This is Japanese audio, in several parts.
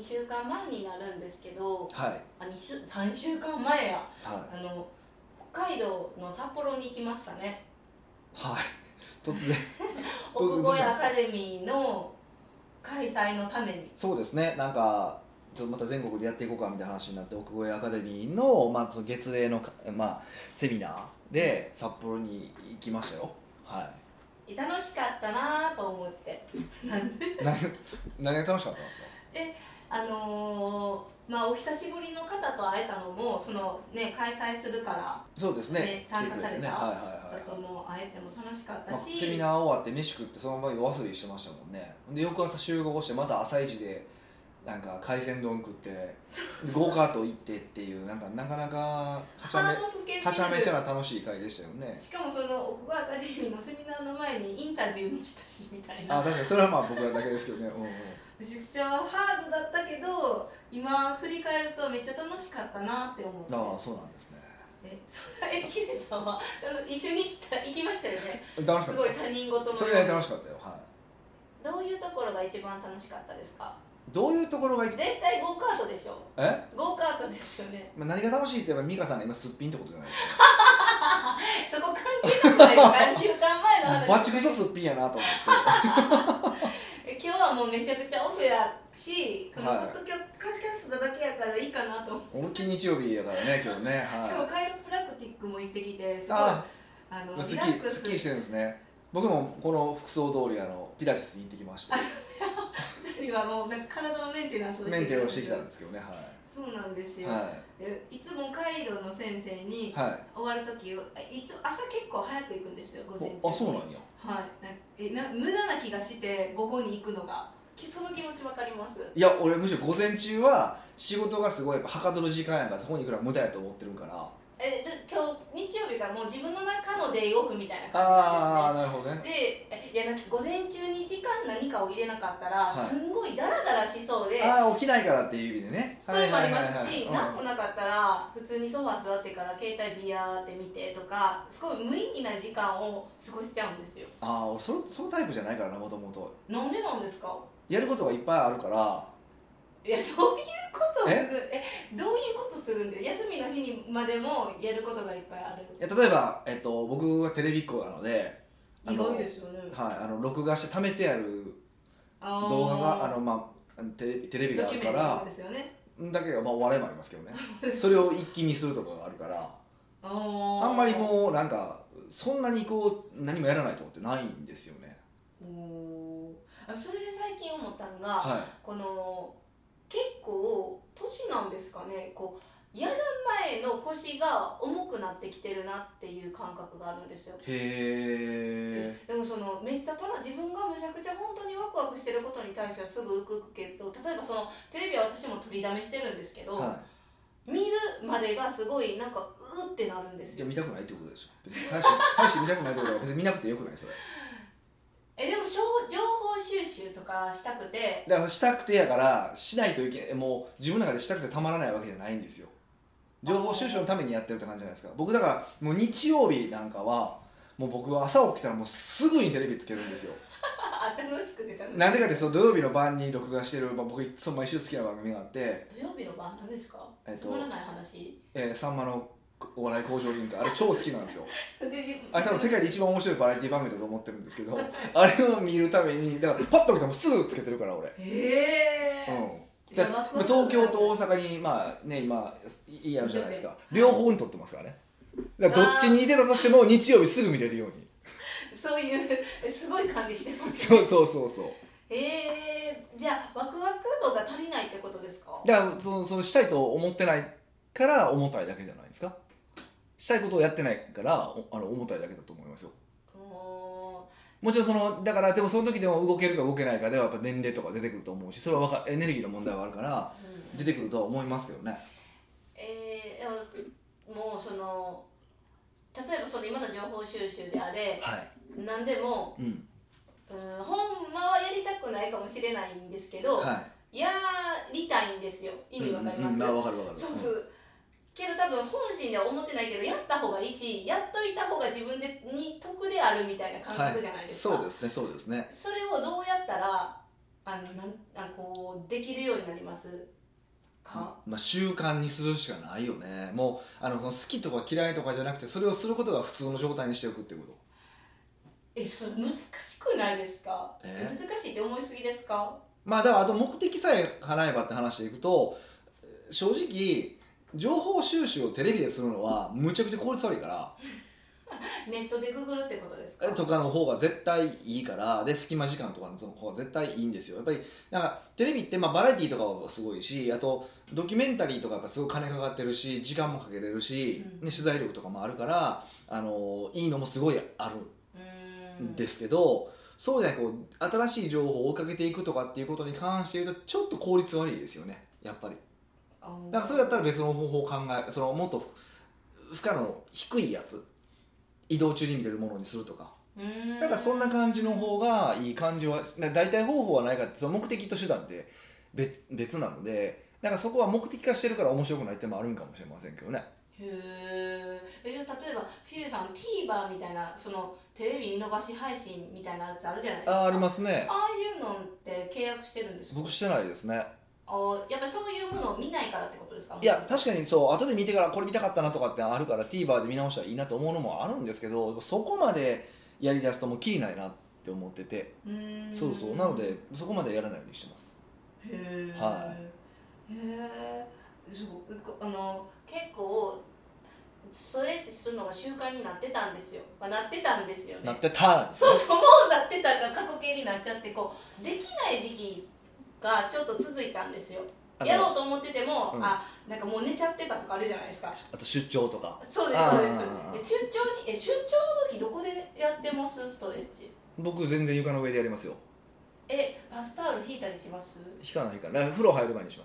週間前になるんですけど、 はい、 3週間前や、 はい、 北海道の札幌に行きましたね。 はい、突然突奥越えア然どうしたんですか？ カデミーの開催のために。 そうですね、なんかちょっとまた全国でやっていこうかみたいな話になって、奥越えアカデミーの、まあ、その月例の、まあ、セミナーで札幌に行きましたよ。は楽しかったなと思って。なんでい。何が楽しかったんですか？ まあお久しぶりの方と会えたのもそのね開催するから、 そうですね、 参加されたはい、 方とも会えても楽しかったまあ、 し、 セミナー終わって飯食ってそのまま夜遊びしてましたもんね。で翌朝集合してまた朝一でなんか海鮮丼食ってゴーカート行ってっていう、なかなかはちゃハードスケジュールめちゃめちゃな楽しい会でしたよね。 しかもその奥越えアカデミーのセミナーの前にインタビューもしたしみたいな。 あ、確かにそれはまあ僕らだけですけどね。うんうん、 めちゃくちゃハードだったけど今振り返るとめっちゃ楽しかったなって思って。 ああ、そうなんですね。 ヒデさんは一緒に行きましたよね。 楽しかった。 すごい他人事のそれが楽しかったよ。はい。 どういうところが一番楽しかったですか？ どういうところが絶対ゴーカートでしょ。ゴーカートですよね。 まあ、何が楽しいって言えば美香さんが今すっぴんってことじゃないですそこ関係ない3週間前のか。 話。 バチクソすっぴんやなと思って今日はもうめちゃくちゃオフやし、このポッドキャストだけやからいいかなと思って。 思いっきり日曜日やからね、今日ね。はい、 しかもカイロプラクティックも行ってきて、すごいスッキリしてるんですね。僕もこの服装通りピラティスに行ってきました。 2人はもうなんか体のメンテナンスをメンテをしてきたんですけどね。はい、 そうなんですよ、 はい、 いつもカイロの先生に終わるとき、いつ朝結構早く行くんですよ、午前中。 あ、そうなんや。 はい、無駄な気がして午後に行くのが。その気持ち分かります。 いや、俺むしろ午前中は仕事がすごいやっぱはかどる時間やから、そこに行くのは無駄やと思ってるから。 今日日曜日がもう自分の中のデイオフみたいな感じなんですね。 ああ、なるほどね。 で、いやなんか午前中に時間何かを入れなかったら、すんごいダラダラしそうで、 起きないからっていう意味でね。 それもありますし、何もなかったら普通にソファー座ってから携帯ビヤーって見てとか、すごい無意味な時間を過ごしちゃうんですよ。 俺そのタイプじゃないからな、もともと。 なんでなんですか？ やることがいっぱいあるから。 いや、どういうことをするどういうことするんで、休みの日にまでもやることがいっぱいある。 例えば、僕はテレビっ子なので、 意外ですよね。 はい、録画して貯めてある動画がテレビがあるから、 ですよね、 だけど、お笑いもありますけどねそれを一気見するとかがあるからあんまりもうなんかそんなに何もやらないと思ってないんですよね。 それで最近思ったのが、 はい、 この結構年なんですかね、やる前の腰が重くなってきてるなっていう感覚があるんですよ。 へでもめっちゃ自分がむちゃくちゃ本当にワクワクしてることに対してはすぐ浮くけど、例えばテレビは私も取りだめしてるんですけど、はい、見るまでがすごいなんかうってなるんですよ。 じゃあ見たくないってことでしょ。別に大して見たくないってことは別に見なくてよくないそれ。 でも情報収集とかしたくて、 だからしたくてやからしないといけない、もう自分の中でしたくてたまらないわけじゃないんですよ。情報収集のためにやってるって感じじゃないですか。僕だからもう日曜日なんかはもう僕は朝起きたらもうすぐにテレビつけるんですよ楽しくて楽しくて。 なんでかって土曜日の晩に録画してる、僕いつも毎週好きな番組があって。 土曜日の晩なんですか？つまらない話。 さんまのお笑い向上委員会、あれ超好きなんですよあれ多分世界で一番面白いバラエティ番組だと思ってるんですけどあれを見るためにだからパッと見たらもうすぐつけてるから俺。じゃあ東京と大阪に今いいあるじゃないですか。両方に撮ってますからね。だからどっちにいてたとしても日曜日すぐ見れるようにそういうすごい管理してます、 ね。そうじゃあワクワク度が足りないってことですか？ だからそのしたいと思ってないから重たいだけじゃないですか。したいことをやってないから重たいだけだと思いますよ。もちろんだからでもその時でも動けるか動けないかではやっぱ年齢とか出てくると思うし、それはエネルギーの問題はあるから出てくるとは思いますけどね。 でももう例えば今の情報収集であれ、はい、何でも、ほんまはやりたくないかもしれないんですけど、はい、やりたいんですよ。意味わかります？ わかる。 そうけど多分本心では思ってないけどやった方がいいし、やっといた方が自分に得であるみたいな感覚じゃないですか。 はい、そうですね。 それをどうやったらこうできるようになりますか？ 習慣にするしかないよね。もうその好きとか嫌いとかじゃなくて、それをすることが普通の状態にしておくっていうこと。 それ難しくないですか？難しいって思いすぎですか？ だからあと目的さえ叶えばって話でいくと、正直情報収集をテレビでするのはむちゃくちゃ効率悪いからネットでググるってことですか？ とかの方が絶対いいから、で隙間時間とかの方が絶対いいんですよ。やっぱりなんかテレビってバラエティーとかはすごいし、あとドキュメンタリーとかやっぱすごい金かかってるし、時間もかけれるし、取材力とかもあるから、いいのもすごいあるんですけど、そうじゃない、こう新しい情報を追いかけていくとかっていうことに関して言うとちょっと効率悪いですよね、やっぱり。だからそれだったら別の方法を考え、そのもっと負荷の低いやつ、移動中に見れるものにするとか、だからそんな感じの方がいい感じは。代替方法はないかって、その目的と手段って別なので、だからそこは目的化してるから面白くないってのもあるんかもしれませんけどね。 例えばフィルさん TVer みたいな、そのテレビ見逃し配信みたいなやつあるじゃないですか。 ありますね。 ああいうのって契約してるんですか？ 僕してないですね。 やっぱりそういうものを見ないからってことですか？ いや確かにそう、後で見てからこれ見たかったなとかってあるから TVer で見直したらいいなと思うのもあるんですけど、そこまでやりだすともうキリないなって思ってて、そうそう、なのでそこまでやらないようにしてます。 結構それってするのが習慣になってたんですよ。なってたんですよね。 なってたんですね。そうもうなってたが過去形になっちゃって、こうできない時期がちょっと続いたんですよ。やろうと思ってても、なんかもう寝ちゃってたとかあるじゃないですか。 あと出張とか。 そうですそうです。出張の時どこでやってます？ストレッチ。 僕全然床の上でやりますよ。 バスタオル引いたりします？ 引かない風呂入る前にします。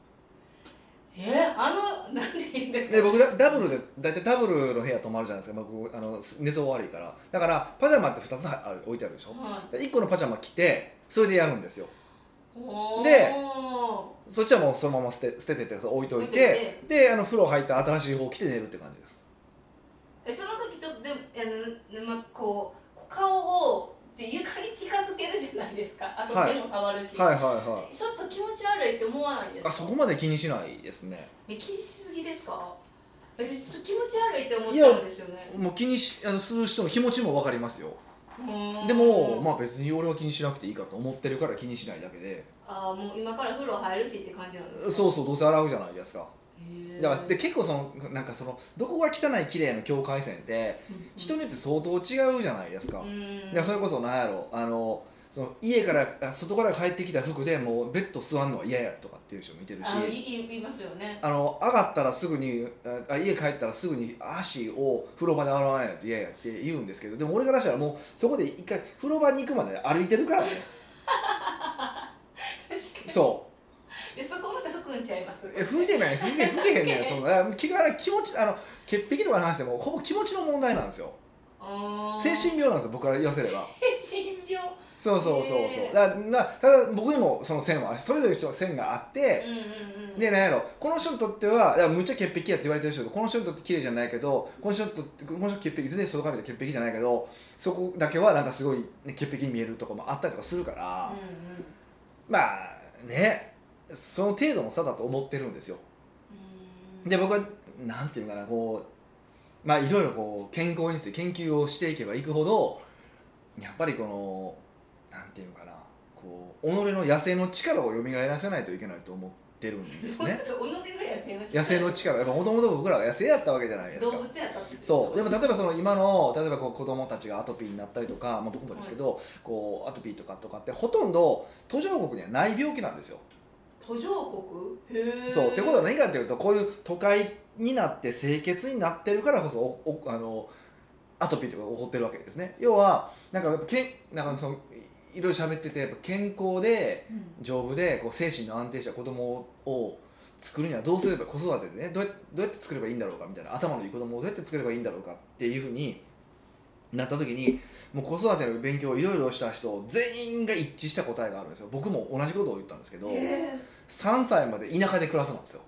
なんでいいんですか？ で僕ダブルで大体ダブルの部屋泊まるじゃないですか。僕寝相悪いから、だからパジャマって2つ置いてあるでしょ、1個のパジャマ着てそれでやるんですよ。でそっちはもうそのまま捨ててて置いといて、で風呂入った新しい方着て寝るって感じです。 その時ちょっとこう顔を床に近づけるじゃないですか。あと手も触るし、ちょっと気持ち悪いって思わないんですか？ そこまで気にしないですね。 気にしすぎですか？気持ち悪いって思っちゃうんですよね。 もう気にする人の気持ちも分かりますよ。でも別に俺は気にしなくていいかと思ってるから気にしないだけで。 もう今から風呂入るしって感じなんですか？ そうそう、どうせ洗うじゃないですか。だからで結構なんかどこが汚い綺麗の境界線って人によって相当違うじゃないですか。それこそ何やろ、その家から外から帰ってきた服でもうベッド座るのは嫌やとかっていう人もいてるし、 言いますよね。 上がったらすぐに家帰ったらすぐに足を風呂場で洗わないと嫌やって言うんですけど、でも俺からしたらもうそこで一回風呂場に行くまで歩いてるからね。 確かに。 そうそこまで吹くんちゃいます？ 吹いてない、吹けへんねん。気持ち潔癖とかの話でもほぼ気持ちの問題なんですよ。精神病なんですよ、僕から言わせれば。 精神病。 そうただ僕にもその線はそれぞれの人の線があって、で何やろ、この人にとってはむっちゃ潔癖やって言われてる人と、この人にとって綺麗じゃないけど、この人潔癖、全然外から見て潔癖じゃないけど、そこだけはなんかすごい、潔癖に見えるとかもあったりとかするから、その程度の差だと思ってるんですよ。で僕はなんていうかな、こういろいろこう健康について研究をしていけばいくほど、やっぱりこのなんていうかな、こう己の野生の力を蘇らせないといけないと思ってるんですね。野生の力、やっぱもともと僕らは野生やったわけじゃないですか。 動物やったって。 そう。でも例えば今の例えばこう子供たちがアトピーになったりとか、僕もですけど、こうアトピーとかってほとんど途上国にはない病気なんですよ。 途上国？ そうってことは何かっていうと、こういう都会になって清潔になってるからこそアトピーとか起こってるわけですね。要はなんかいろいろ喋ってて、やっぱ健康で丈夫でこう精神の安定した子供を作るにはどうすれば、子育てでねどうやって作ればいいんだろうかみたいな、頭のいい子供をどうやって作ればいいんだろうかっていうふうになった時に、もう子育ての勉強をいろいろした人全員が一致した答えがあるんですよ。僕も同じことを言ったんですけど、3歳まで田舎で暮らすんですよ。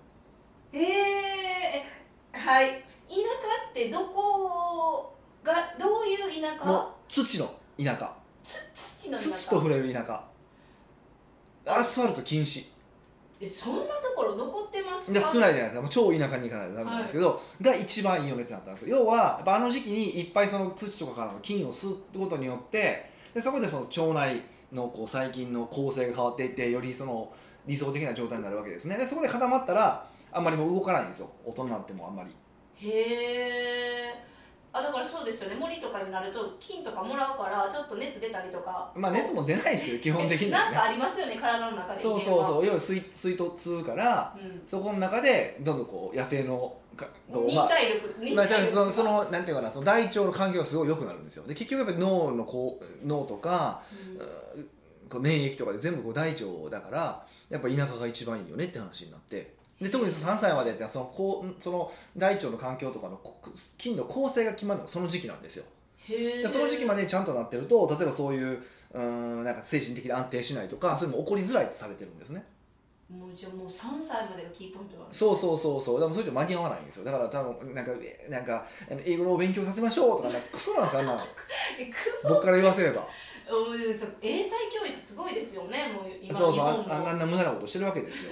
はい。田舎ってどこが、どういう田舎？ もう土の田舎。土と触れる田舎。 アスファルト禁止。 そんなところ残ってますか？ で少ないじゃないですか。もう超田舎に行かないとダメなんですけど、が一番いいよねってなったんですよ。要はやっぱあの時期にいっぱいその土とかからの菌を吸うことによって、でそこでその腸内のこう細菌の構成が変わっていって、よりその理想的な状態になるわけですね。でそこで固まったらあんまりもう動かないんですよ、大人になってもあんまり。 へえ。だからそうですよね、森とかになると菌とかもらうからちょっと熱出たりとか。 まあ熱も出ないですけど基本的には、 ね、なんかありますよね、体の中で。 そうそうそう、要は水突から、そこの中でどんどんこう野生の忍耐力、 そのなんていうかな、その大腸の環境がすごい良くなるんですよ。で結局やっぱり脳とか、こう免疫とかで全部こう大腸だから、やっぱ田舎が一番いいよねって話になって、で特に3歳までってその大腸の環境とかの菌の構成が決まるのがその時期なんですよ。でその時期までちゃんとなってると、例えばそういうなんか精神的に安定しないとか、そういうのも起こりづらいとされてるんですね。 じゃあもう3歳までがキーポイントなんですね。そうでもそれじゃ間に合わないんですよ。だから多分なんか英語を勉強させましょうとかクソなんですよ、あんなの僕から言わせれば。 英才教育すごいですよね、もう今そうあんな無駄なことしてるわけですよ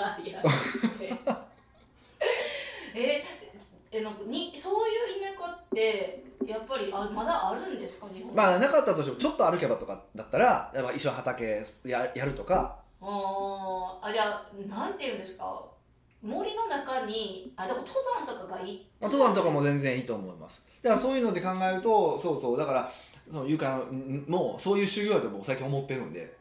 そういう田舎ってやっぱりまだあるんですか、日本。 まあなかったとしてもちょっと歩けばとかだったら、やっぱ一緒に畑やるとか。 じゃあなんていうんですか、森の中にでも登山とかがいい。 登山とかも全然いいと思います。だからそういうので考えると、だからその床もそういう修行だともう最近思ってるんで。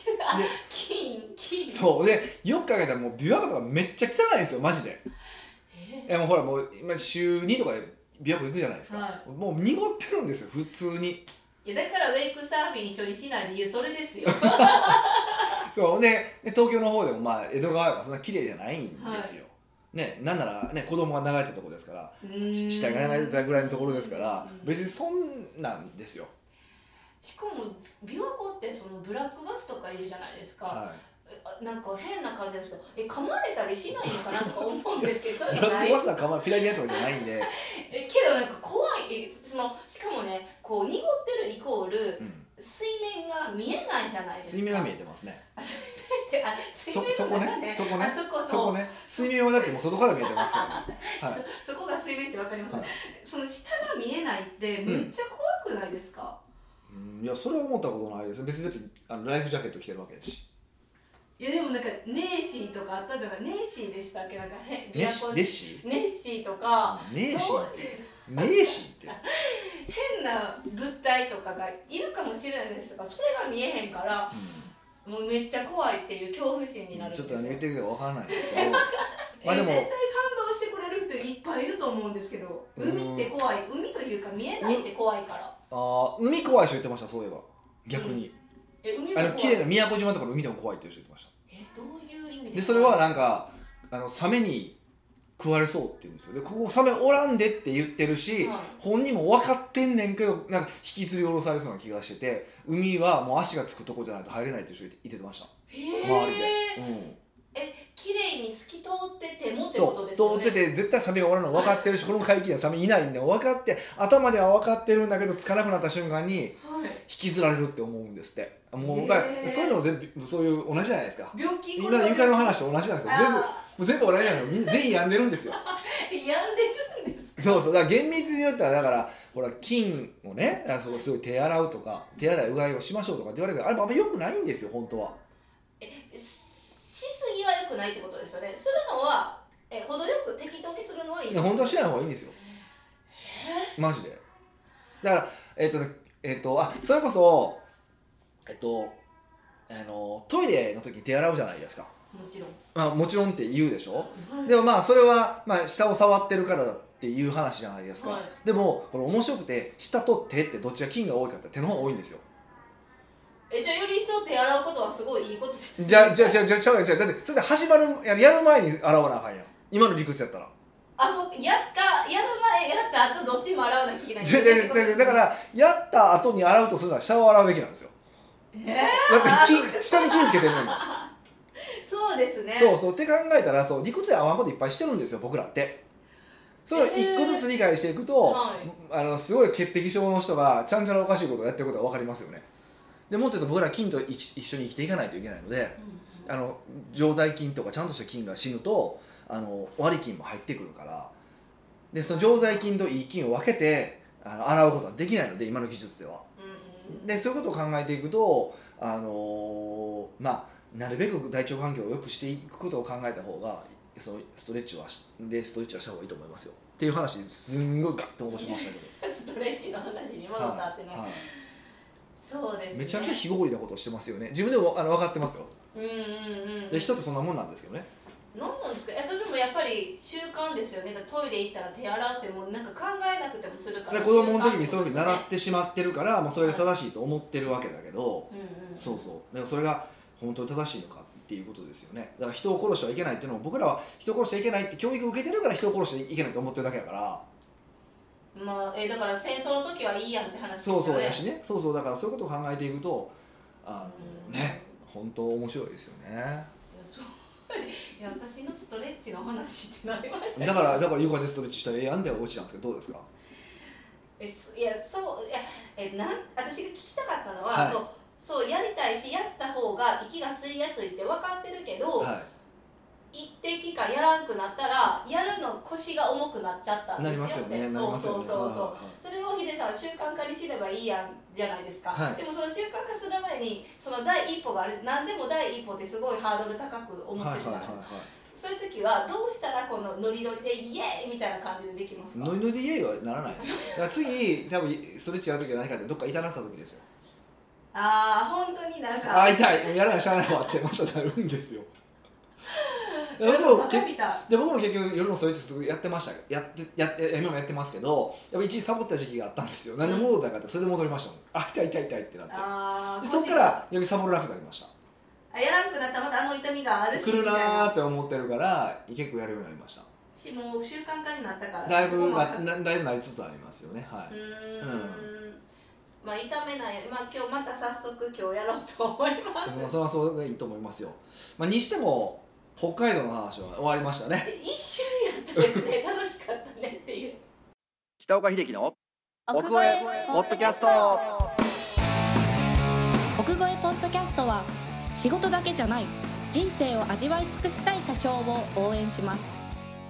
金そうで、よく考えたらもう琵琶湖とかめっちゃ汚いんですよ、マジで。もうほらもう今週2とかで琵琶湖行くじゃないですか、もう濁ってるんですよ普通に。 いやだからウェイクサーフィン一緒にしない理由それですよそうで東京の方でもまあ江戸川はそんな綺麗じゃないんですよ、ね、なんならね子供が流れてたところですから、死体が流れてたぐらいのところですから、別にそんなんですよ。 しかも琵琶湖ってそのブラックバスとかいるじゃないですか、なんか変な感じですけど、噛まれたりしないのかなとか思うんですけどそういうのない。 ブラックバスはピラニアとかじゃないんでけどなんか怖い、しかもね、こう濁ってるイコール、水面が見えないじゃないですか。 水面は見えてますね。 水面ってそこね水面はだってもう外から見えてますからね、 そこが水面ってわかります、その下が見えないってめっちゃ怖くないですか？ いやそれは思ったことないです。別にだってライフジャケット着てるわけですし。 いやでもなんかネッシーとかあったじゃない。ネッシーでしたっけ、なんかネッシーとかネッシーって変な物体とかがいるかもしれないですが、それが見えへんから、もうめっちゃ怖いっていう恐怖心になるんですよ。 ちょっと言ってるけど分からないんですけどまあでも絶対賛同してくれる人いっぱいいると思うんですけど、海って怖い、海というか見えないって怖いから。 海怖い人言ってました、そういえば。逆に綺麗な宮古島とかの海でも怖いっていう人言ってました。 どういう意味でそれはなんかサメに食われそうって言うんですよ。でここサメおらんでって言ってるし、本人も分かってんねんけど、なんか引きずり下ろされそうな気がしてて、海はもう足がつくとこじゃないと入れないっていう人言ってました、周りで。 綺麗に透き通っててもってことですよね。 通ってて絶対サメがおらんの分かってるし、この海域にはサメいないんで分かって、頭では分かってるんだけどつかなくなった瞬間に引きずられるって思うんですって。もうそういうのも全部そういう同じじゃないですか。 病気今の床の話と同じなんですよ。全部同じなの。全員病んでるんですよ。 病んでるんですか？ そうだから厳密に言ったら、だからほら菌をね、すごい手洗うとか手洗いうがいをしましょうとかって言われるけど、あれもあんまり良くないんですよ本当は。 しすぎは良くないってことですよね。するのは程よく適当にするのはいいんですよ。 本当はしない方がいいんですよ、マジで。だからそれこそトイレの時に手洗うじゃないですか。もちろんって言うでしょ、でもまあそれは、下を触ってるからだっていう話じゃないですか、でもこれ面白くて、下と手ってどっちが菌が多いかって手の方が多いんですよ。 じゃあより一層手洗うことはすごいいいことですよ。 じゃあだってそれで始まるやる前に洗わなあかんやん、今の理屈やったら。 そうやる前やった後どっちも洗わなきゃいけない。 だからやった後に洗うとするのは下を洗うべきなんですよ。だって下に菌つけてるのにそうですね。 そうって考えたら、理屈で合わんこといっぱいしてるんですよ僕らって。それを一個ずつ理解していくと、すごい潔癖症の人がちゃんちゃらおかしいことをやってることが分かりますよね。 でもっと言うと僕ら菌と一緒に生きていかないといけないので、常在菌とかちゃんとした菌が死ぬと悪い菌も入ってくるから、でその常在菌といい菌を分けて洗うことはできないので今の技術では。でそういうことを考えていくとなるべく大腸環境を良くしていくことを考えた方がそのストレッチはした方がいいと思いますよっていう話すんごいガッと戻しましたけどストレッチの話に戻ったってね、はいはい、そうですね、 めちゃめちゃ非合理なことをしてますよね。自分でも分かってますよ。で人ってそんなもんなんですけどね。 何なんですか。それでもやっぱり習慣ですよね。トイレ行ったら手洗うってもうなんか考えなくてもするから。 子供の時にそういうふうに習ってしまってるからもうそれが正しいと思ってるわけだけど、そうそう。だからそれが本当に正しいのかっていうことですよね。だから人を殺してはいけないっていうのを僕らは人を殺しちゃいけないって教育を受けてるから人を殺してはいけないと思ってるだけだから。 だから戦争の時はいいやんって話ですよね。 そうやしね。そうだからそういうことを考えていくとね本当面白いですよね。 いや私のストレッチの話ってなりました。 だから床でストレッチしたらやんでは落ちなんですけどどうですか。 私が聞きたかったのは、そうやりたいしやった方が息が吸いやすいって分かってるけど、一定期間やらんくなったらやるの腰が重くなっちゃったんですよって。 なりますよね。 それをヒデさんは習慣化にすればいいやんじゃないですか、でもその習慣化する前にその第一歩がある。何でも第一歩ってすごいハードル高く思ってるじゃないですか。そういう時はどうしたらこのノリノリでイエーイみたいな感じでできますか。 ノリノリでイエーイはならない。だから次多分ストレッチやる時は何かってどっか痛なった時ですよ。 本当になんか痛いやらないしゃあないわってまたなるんですよ。僕も結局夜のストレッチすぐやってました。今もやってますけど、やっぱ一時サボった時期があったんですよ。なんで戻ったかってそれで戻りましたもん。痛いってなって。そこからよりサボらなくなりました。 やらんくなったらまた痛みがあるし来るなーって思ってるから結構やるようになりました。 もう習慣化になったからだいぶなりつつありますよね。 痛めない。今日また早速今日やろうと思います。 それはそうがいいと思いますよ。にしても北海道の話は終わりましたね。 一瞬やったですね。楽しかったねっていう。 北岡秀樹の奥越えポッドキャスト。 奥越えポッドキャストは仕事だけじゃない人生を味わい尽くしたい社長を応援します。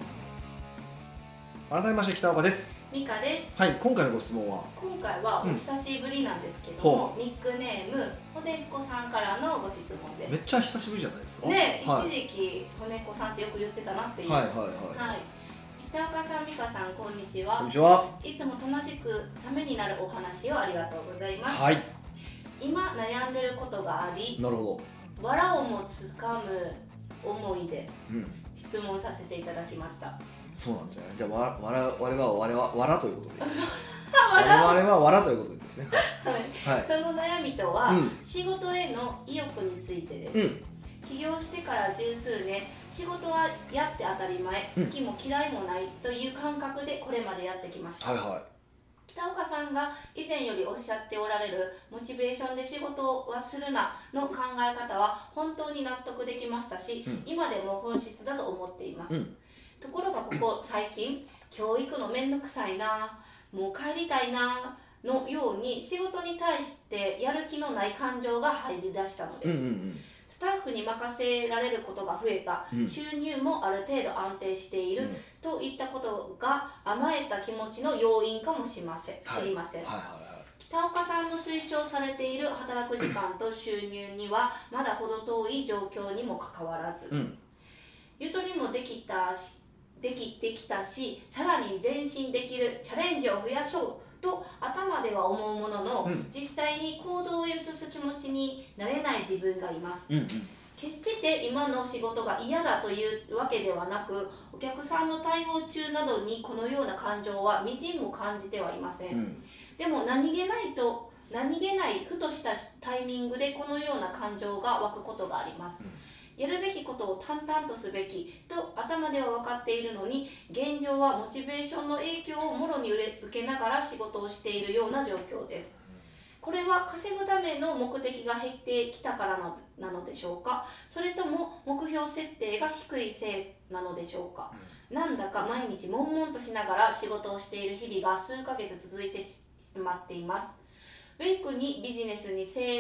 改めまして北岡です。 美香です。 はい、今回のご質問はお久しぶりなんですけども、ニックネーム骨っ子さんからのご質問です。 めっちゃ久しぶりじゃないですかね。一時期骨っ子さんってよく言ってたなっていう。北岡さん、美香さん、こんにちは。 こんにちは。 いつも楽しくためになるお話をありがとうございます。今悩んでることがあり、 なるほど。藁をもつかむ思いで質問させていただきました。 そうなんですよね。じゃあ我々は藁ということで我々は藁ということですね。 その悩みとは、仕事への意欲についてです。起業してから十数年、仕事はやって当たり前、好きも嫌いもないという感覚でこれまでやってきました。北岡さんが以前よりおっしゃっておられるモチベーションで仕事はするなの考え方は本当に納得できましたし、今でも本質だと思っています。ところがここ最近、教育のめんどくさいな、もう帰りたいなのように仕事に対してやる気のない感情が入り出したのです。スタッフに任せられることが増えた、収入もある程度安定している、といったことが甘えた気持ちの要因かもしれません。北岡さんの推奨されている働く時間と収入にはまだ程遠い状況にもかかわらず、ゆとりもできてきたし、さらに前進できるチャレンジを増やそうと頭では思うものの、実際に行動へ移す気持ちになれない自分がいます。決して今の仕事が嫌だというわけではなく、お客さんの対応中などにこのような感情はみじんも感じてはいません。でも何気ないふとしたタイミングでこのような感情が湧くことがあります。やるべきことを淡々とすべきと頭では分かっているのに、現状はモチベーションの影響をもろに受けながら仕事をしているような状況です。これは稼ぐための目的が減ってきたからなのでしょうか、それとも目標設定が低いせいなのでしょうか。なんだか毎日悶々としながら仕事をしている日々が数ヶ月続いてしまっています。ウェイクにビジネスに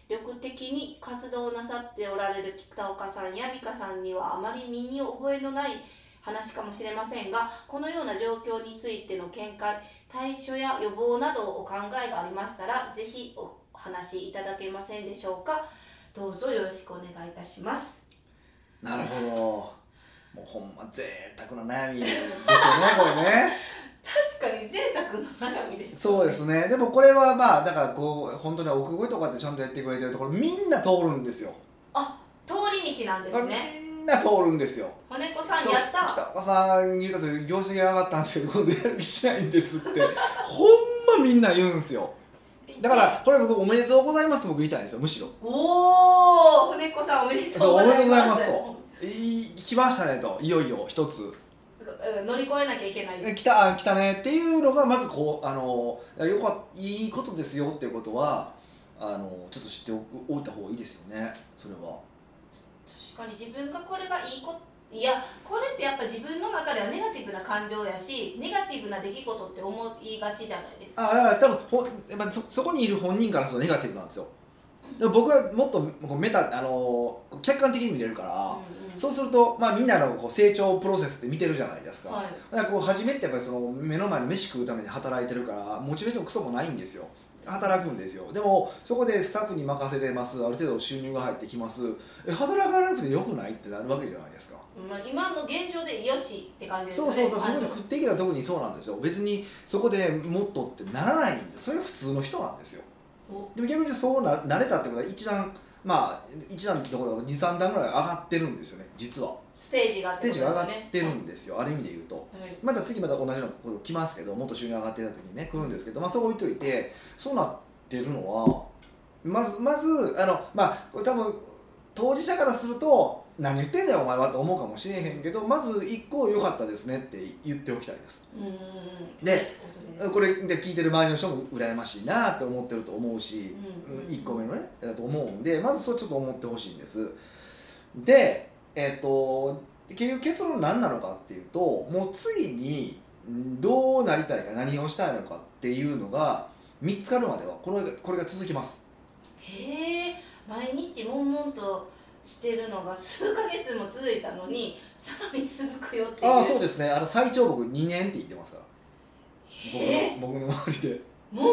力的に活動なさっておられる北岡さんや美香さんにはあまり身に覚えのない話かもしれませんが、このような状況についての見解、対処や予防などお考えがありましたらぜひお話しいただけませんでしょうか。どうぞよろしくお願いいたします。 なるほど、もうほんま贅沢な悩みですよねこれね。 確かに贅沢な悩みです、ね、 そうですね。でもこれはまあだからこう本当に奥越えとかってちゃんとやってくれてるところみんな通るんですよ。 あ、通り道なんですね。 みんな通るんですよ。 骨子さんやった。 北岡さんに言うと業績が上がったんですけど今度やる気しないんですってほんまみんな言うんですよ。だからこれ僕おめでとうございますと僕言いたいんですよ。むしろおお、骨子さんおめでとうございます。 そうおめでとうございますと来ましたねと、いよいよ一つ乗り越えなきゃいけない。 来たねっていうのがまずこういいことですよっていうことはちょっと知っておいた方がいいですよね。それは確かに自分がこれがいいこといや、これってやっぱ自分の中ではネガティブな感情やしネガティブな出来事って思いがちじゃないですか。 多分そこにいる本人からするとネガティブなんですよ。でも僕はもっと客観的に見れるから、そうすると、みんなのこう成長プロセスって見てるじゃないですか。だからこう初めってやっぱりその目の前の飯食うために働いてるからモチベーションクソもないんですよ。働くんですよ。でもそこでスタッフに任せてます、ある程度収入が入ってきます、働かなくてよくないってなるわけじゃないですか。 今の現状でよしって感じですね。 そうそこで食っていけたら特にそうなんですよ。別にそこでもっとってならないんで、それが普通の人なんですよ。でも逆にそうなれたってことは一段ってところが 2,3 段ぐらい上がってるんですよね。実はステージが上がってるんですよ、ある意味で言うと、また次また同じようなこと来ますけど、もっと収入上がってた時にね来るんですけど、そこ置いといてそうなってるのはまず多分当事者からすると何言ってんだよお前はって思うかもしれへんけど、まず1個良かったですねって言っておきたいです。でこれで聞いてる周りの人も羨ましいなって思ってると思うし、1個目のねだと思うんで、まずそれちょっと思ってほしいんです。で結局結論何なのかっていうと、もう次にどうなりたいか何をしたいのかっていうのが見つかるまではこれが続きます。 へえ、毎日悶々としてるのが数ヶ月も続いたのにさらに続くよっていう。 そうですね。最長僕2年って言ってますから、僕の周りで。 悶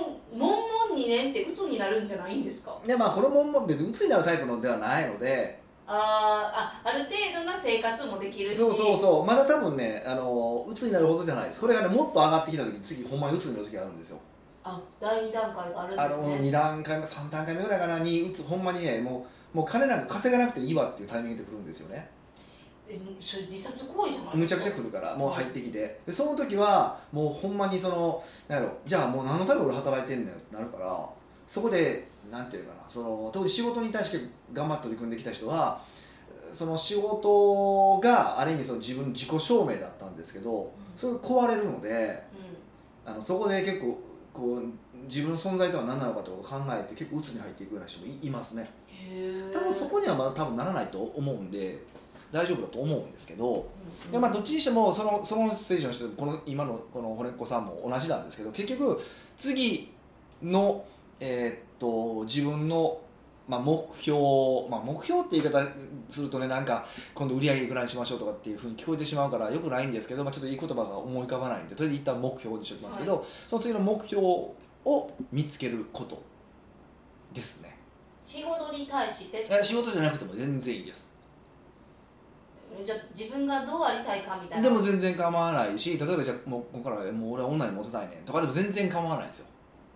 々2年って鬱になるんじゃないんですか。 でこれも別に鬱になるタイプのではないので、 ある程度な生活もできるし。 そうまだ多分ね鬱になるほどじゃないです。これがねもっと上がってきた時に次ほんまに鬱になる時があるんですよ。 第2段階があるんですね。 2段階目3段階目ぐらいかなにほんまにねもう金なんか稼がなくていいわっていうタイミングで来るんですよね。 それ自殺行為じゃないですか。 むちゃくちゃ来るからもう入ってきて、でその時はもうほんまにじゃあもう何のために俺働いてんねんってなるから、そこでなんていうかな、特に仕事に対して頑張って取り組んできた人はその仕事がある意味自分の自己証明だったんですけど、それが壊れるので、そこで結構こう自分の存在とは何なのかってことを考えて結構鬱に入っていくような人もいますね。多分そこにはまだ多分ならないと思うんで大丈夫だと思うんですけど、どっちにしてもそのステージの人、今のこの骨っ子さんも同じなんですけど、結局次の、自分の、目標って言い方するとね、なんか今度売り上げいくらにしましょうとかっていうふうに聞こえてしまうからよくないんですけど、ちょっといい言葉が思い浮かばないんでとりあえず一旦目標にしておきますけど、その次の目標を見つけることですね。 仕事に対して仕事じゃなくても全然いいです。 じゃあ自分がどうありたいかみたいなでも全然構わないし、例えばじゃあもうここからもう俺は女にモテたいねんとかでも全然構わないんですよ。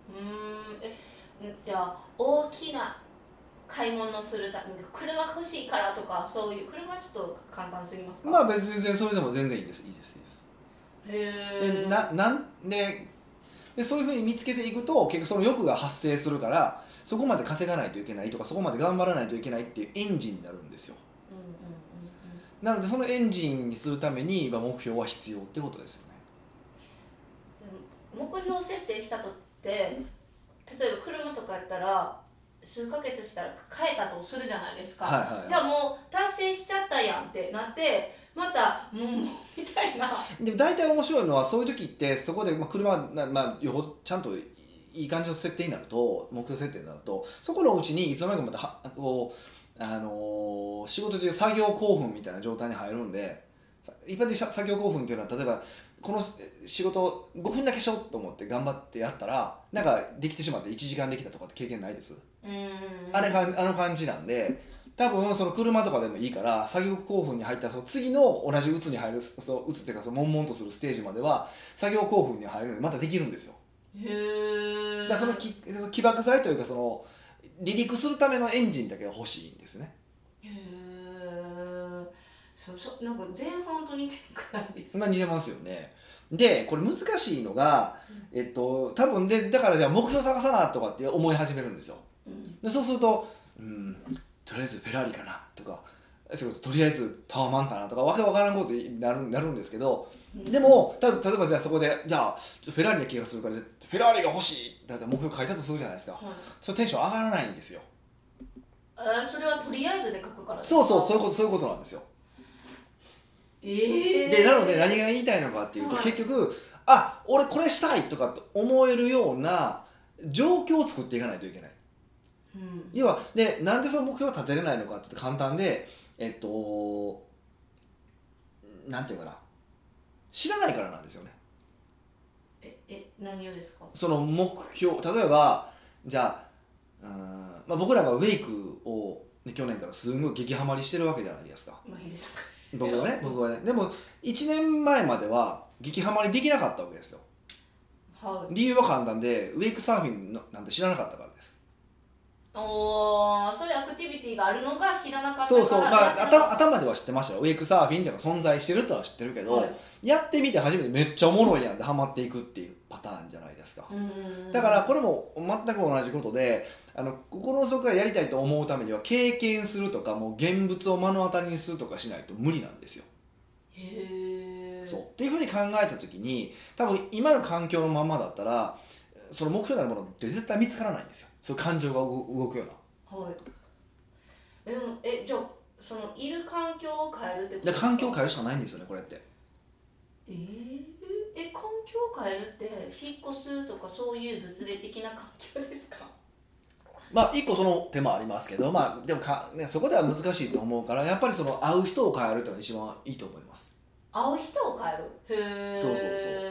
じゃあ大きな買い物するために車欲しいからとか、そういう車はちょっと簡単すぎますか。 別に全然それでも全然いいです。でそういうふうに見つけていくと結局その欲が発生するから、そこまで稼がないといけないとかそこまで頑張らないといけないっていうエンジンになるんですよ。なのでそのエンジンにするために目標は必要ってことですよね。 目標設定したとって例えば車とかやったら数ヶ月したら変えたとするじゃないですか、じゃあもう達成しちゃったやんってなってまたもうみたいな。 でも大体面白いのはそういう時ってそこで車はよほどちゃんといいい感じの設定になると、目標設定になると、そこのうちにいつの間にかまたこう仕事でいう作業興奮みたいな状態に入るんで、一般的に作業興奮っていうのは例えばこの仕事5分だけしようと思って頑張ってやったらなんかできてしまって1時間できたとかって経験ないです。あの感じなんで、多分その車とかでもいいから作業興奮に入ったその次の同じ鬱に入る、そう鬱っていうかその悶々とするステージまでは作業興奮に入るのでまたできるんですよ。だからその起爆剤というかその離陸するためのエンジンだけが欲しいんですね。 なんか前半と似てるくらいです。 似てますよね。でこれ難しいのが、多分でだからじゃあ目標探さなとかって思い始めるんですよ。でそうすると、とりあえずフェラーリかなとか、とりあえずタワマンかなとかわけわからんことになるんですけど、でも例えばじゃあそこでじゃあフェラーリな気がするからフェラーリが欲しいだって目標書いたとするじゃないですか、それテンション上がらないんですよ。 それはとりあえずで書くからですか？そういうことなんですよ。でなので何が言いたいのかっていうと、結局俺これしたいとかって思えるような状況を作っていかないといけない。要はでなんでその目標を立てれないのかって言うと簡単でなんていうかな、知らないからなんですよね。 何をですか？ その目標、例えばじゃあ僕らがウェイクを、去年からすごい激ハマりしてるわけじゃないですか。僕はね。でも1年前までは激ハマりできなかったわけですよ。理由は簡単でウェイクサーフィンなんて知らなかったからです。 そういうアクティビティがあるのが知らなかったから。 頭では知ってましたよ。ウェイクサーフィンっていうのが存在してるとは知ってるけど、やってみて初めてめっちゃおもろいやんでハマっていくっていうパターンじゃないですか。だからこれも全く同じことで、心の底からやりたいと思うためには経験するとかもう現物を目の当たりにするとかしないと無理なんですよ。そうっていうふうに考えた時に、多分今の環境のままだったらその目標になるものって絶対見つからないんですよ。そういう感情が動くような。 でもじゃあそのいる環境を変えるってことですか？ 環境を変えるしかないんですよね、これって。 環境を変えるって引っ越すとかそういう物理的な環境ですか？ 一個その手もありますけど、でもそこでは難しいと思うから、やっぱりその会う人を変えるっていうのが一番いいと思います。 会う人を変える？そう。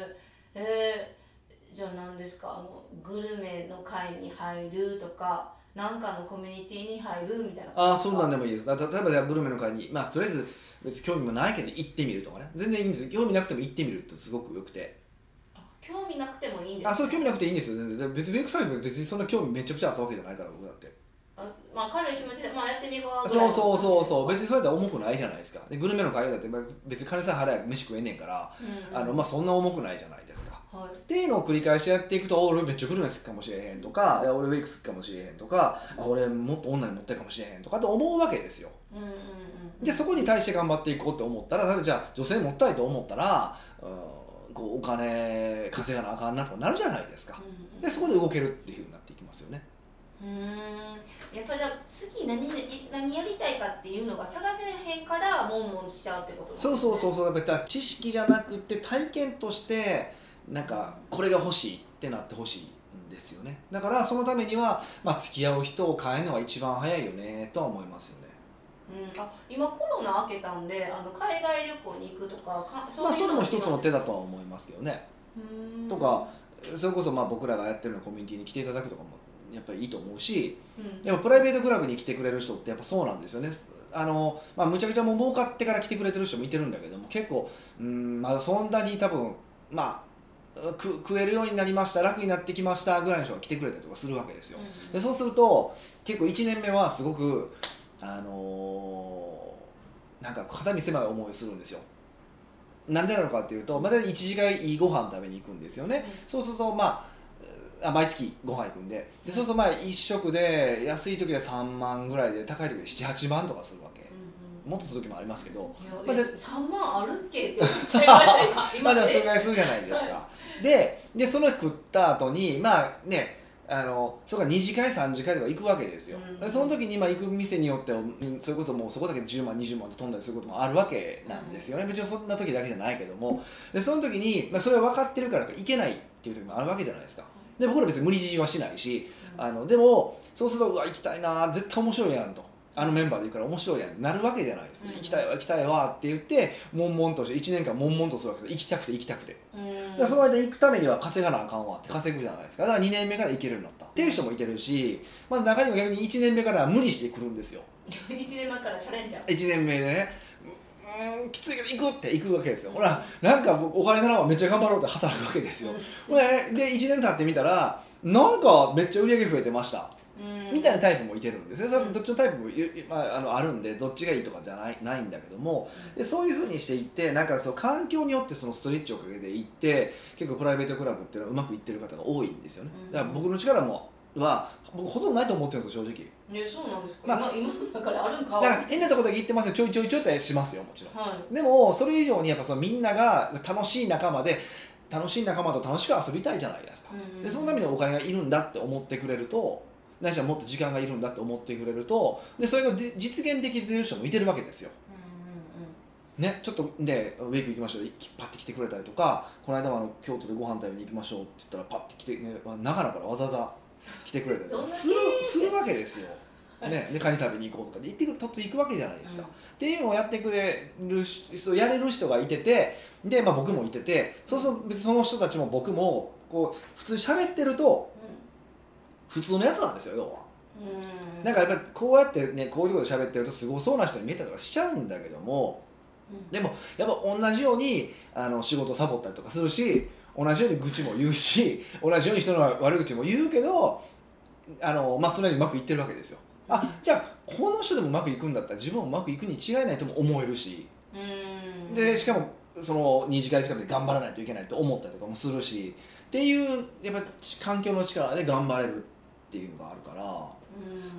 じゃあ何ですか、グルメの会に入るとか何かのコミュニティに入るみたいな。 そんなんでもいいです。例えばじゃあグルメの会にとりあえず別に興味もないけど行ってみるとかね、全然いいんですよ。興味なくても行ってみるってすごくよくて。 興味なくてもいいんですか？ そう、興味なくていいんですよ、全然。別にウェイクサーフィン別にそんな興味めちゃくちゃあったわけじゃないから、僕だって。 軽い気持ちで、やってみようぐらい。そう別にそれで重くないじゃないですか。でグルメの会だって別に金さえ払えば飯食えねんから、そんな重くないじゃないですか。っていうのを繰り返しやっていくと、俺めっちゃグルメ好きかもしれへんとか、俺ウェイク好きかもしれへんとか、俺もっと女に持ってるかもしれへんとかって思うわけですよ。でそこに対して頑張っていこうって思ったら、多分じゃあ女性持ったいと思ったらお金稼がなあかんなとかなるじゃないですか。でそこで動けるっていう風になっていきますよね。 やっぱりじゃあ次何やりたいかっていうのが探せへんから悶々しちゃうってことですね。 そうやっぱり知識じゃなくて体験としてなんかこれが欲しいってなってほしいんですよね。だからそのためには、付き合う人を変えるのが一番早いよねとは思いますよね。 今コロナ明けたんで海外旅行に行くとかそれも一つの手だとは思いますけどね。とかそれこそ僕らがやってるのコミュニティに来ていただくとかもやっぱりいいと思うし、やっぱプライベートクラブに来てくれる人ってやっぱそうなんですよね。むちゃくちゃもう儲かってから来てくれてる人もいてるんだけども、結構そんなに多分食えるようになりました、楽になってきましたぐらいの人が来てくれたりとかするわけですよ。でそうすると結構1年目はすごくなんか肩身狭い思いをするんですよ。なんでなのかっていうと、1次会いいご飯食べに行くんですよね。そうすると毎月ご飯行くんで、そうすると1食で安い時で3万ぐらいで高い時で7、8万とかするわけ。もっとする時もありますけど、 3万あるっけって思っちゃいました今。 でもそれぐらいするじゃないですか。でその食った後にそれから2次会3次会とか行くわけですよ。その時に行く店によってはそれこそもうそこだけで10万20万で飛んだりすることもあるわけなんですよね。別にそんな時だけじゃないけども、でその時にそれは分かってるから行けないっていう時もあるわけじゃないですか。 で僕ら別に無理強いはしないし、でもそうするとうわ行きたいな絶対面白いやんとあのメンバーで行くから面白いやんなるわけじゃないです、行きたいわ行きたいわって言って悶々として1年間悶々とするわけです。行きたくてでその間行くためには稼がなあかんわって稼ぐじゃないですか。だから2年目から行けるようになったっていう人もいてるし、まあ、中にも逆に1年目から無理してくるんですよ 1年目からチャレンジャー 1年目でねきついけど行くって行くわけですよ。ほらなんかお金ならばめっちゃ頑張ろうって働くわけですよ、で1年経ってみたらなんかめっちゃ売り上げ増えてましたみたいなタイプもいてるんですね。それどっちのタイプも、あるんでどっちがいいとかじゃないんだけども、でそういうふうにしていってなんかその環境によってそのストレッチをかけていって結構プライベートクラブっていうのはうまくいってる方が多いんですよね。だから僕の力は僕ほとんどないと思ってるんですよ正直。 そうなんですか、今の中であるんか。 だから変なところだけ行ってますよちょいちょいってしますよもちろん、でもそれ以上にやっぱそのみんなが楽しい仲間で楽しい仲間と楽しく遊びたいじゃないですか、でそのためにお金がいるんだって思ってくれるとないしはもっと時間がいるんだって思ってくれるとでそれが実現できてる人もいてるわけですよ、ね、ちょっとでウェイク行きましょうパッて来てくれたりとかこの間も京都でご飯食べに行きましょうって言ったらパッて来て、ね、長野からわざわざ来てくれたりとかするわけですよ、ね、でカニ食べに行こうとかで行くわけじゃないですか、っていうのをやってくれる人やれる人がいててで、僕もいててそうすると別にその人たちも僕もこう普通に喋ってると普通のやつなんですよ要は。なんかやっぱりこうやってねこういうことで喋ってるとすごそうな人に見えたりとかしちゃうんだけども、でもやっぱ同じように仕事サボったりとかするし同じように愚痴も言うし同じように人の悪口も言うけどそれにうまくいってるわけですよ。じゃあこの人でもうまくいくんだったら自分もうまくいくに違いないとも思えるし、でしかもその二次会行くために頑張らないといけないと思ったりとかもするしっていうやっぱ環境の力で頑張れるっていうのがあるから、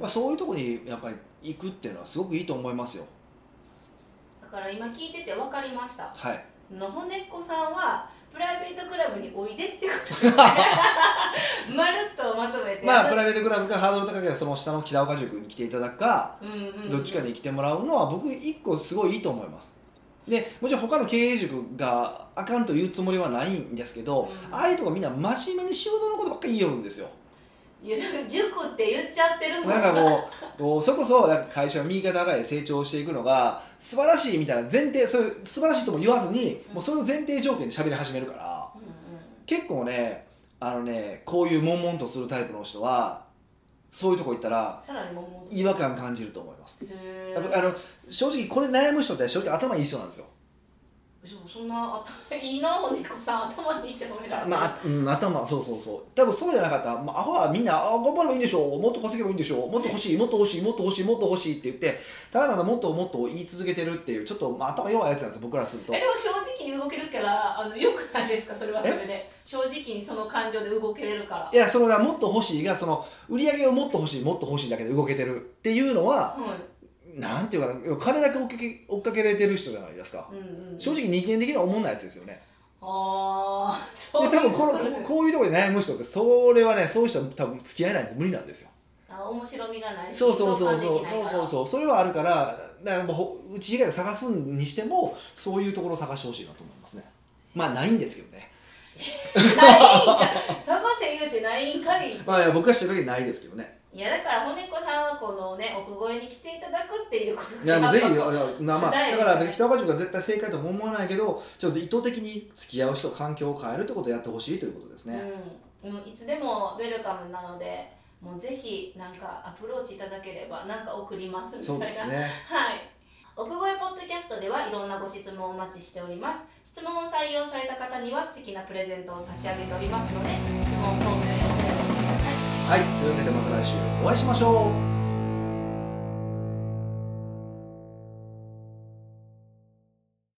そういうところにやっぱり行くっていうのはすごくいいと思いますよ。 だから今聞いてて分かりました。 はい。 のほねっこさんはプライベートクラブにおいでってことですね。まるっとまとめて。 プライベートクラブかハードル高ければその下の北岡塾に来ていただくか、どっちかに来てもらうのは僕一個すごいいいと思います。でもちろん他の経営塾があかんというつもりはないんですけど、ああいうとこみんな真面目に仕事のことばっかり言いよるんですよ。 いや塾って言っちゃってるもん。 なんかこうそれこそ会社の右肩上がりで成長していくのが素晴らしいみたいな前提、そういう素晴らしいとも言わずに、もうそれを前提条件で喋り始めるから、結構ねこういう悶々とするタイプの人はそういうとこ行ったら違和感感じると思います。正直これ悩む人って正直頭いい人なんですよ。 そんないいなほねこさん頭にいいって褒められて頭そう多分そうじゃなかったら、アホはみんな頑張ればいいんでしょう、もっと稼げばいいんでしょう、もっと欲しいもっと欲しいもっと欲しいもっと欲しいって言ってただもっともっと言い続けてるっていうちょっと、頭弱いやつなんですよ僕らすると。 でも正直に動けるからよくないですかそれはそれで正直にその感情で動けれるから。 いやそのもっと欲しいがその売り上げをもっと欲しいもっと欲しいだけで動けてるっていうのは、なんていうかな金だけ追っかけられてる人じゃないですか、正直人間的には思んないやつですよね。 そうで多分こういうところで悩む人ってそれはねそういう人は多分付き合えないと無理なんですよ。 面白みがないしそうそれはあるからうち以外で探すにしてもそういうところを探してほしいなと思いますね。ないんですけどね。 ないんか探せ言うてないんかい。 僕はしてるわけないですけどね。 いやだからほねこさんはこのね奥越えに来ていただくっていうことでぜひだから別に北岡塾が絶対正解とも思わないけどちょっと意図的に付き合う人環境を変えるってことをやってほしいということですね。 もういつでもウェルカムなのでもうぜひなんかアプローチいただければなんか送りますみたいな。 そうですね。 はい。奥越ポッドキャストではいろんなご質問をお待ちしております。質問を採用された方には素敵なプレゼントを差し上げておりますので質問フォームよりお送りください。 はい、というわけでまた来週お会いしましょう。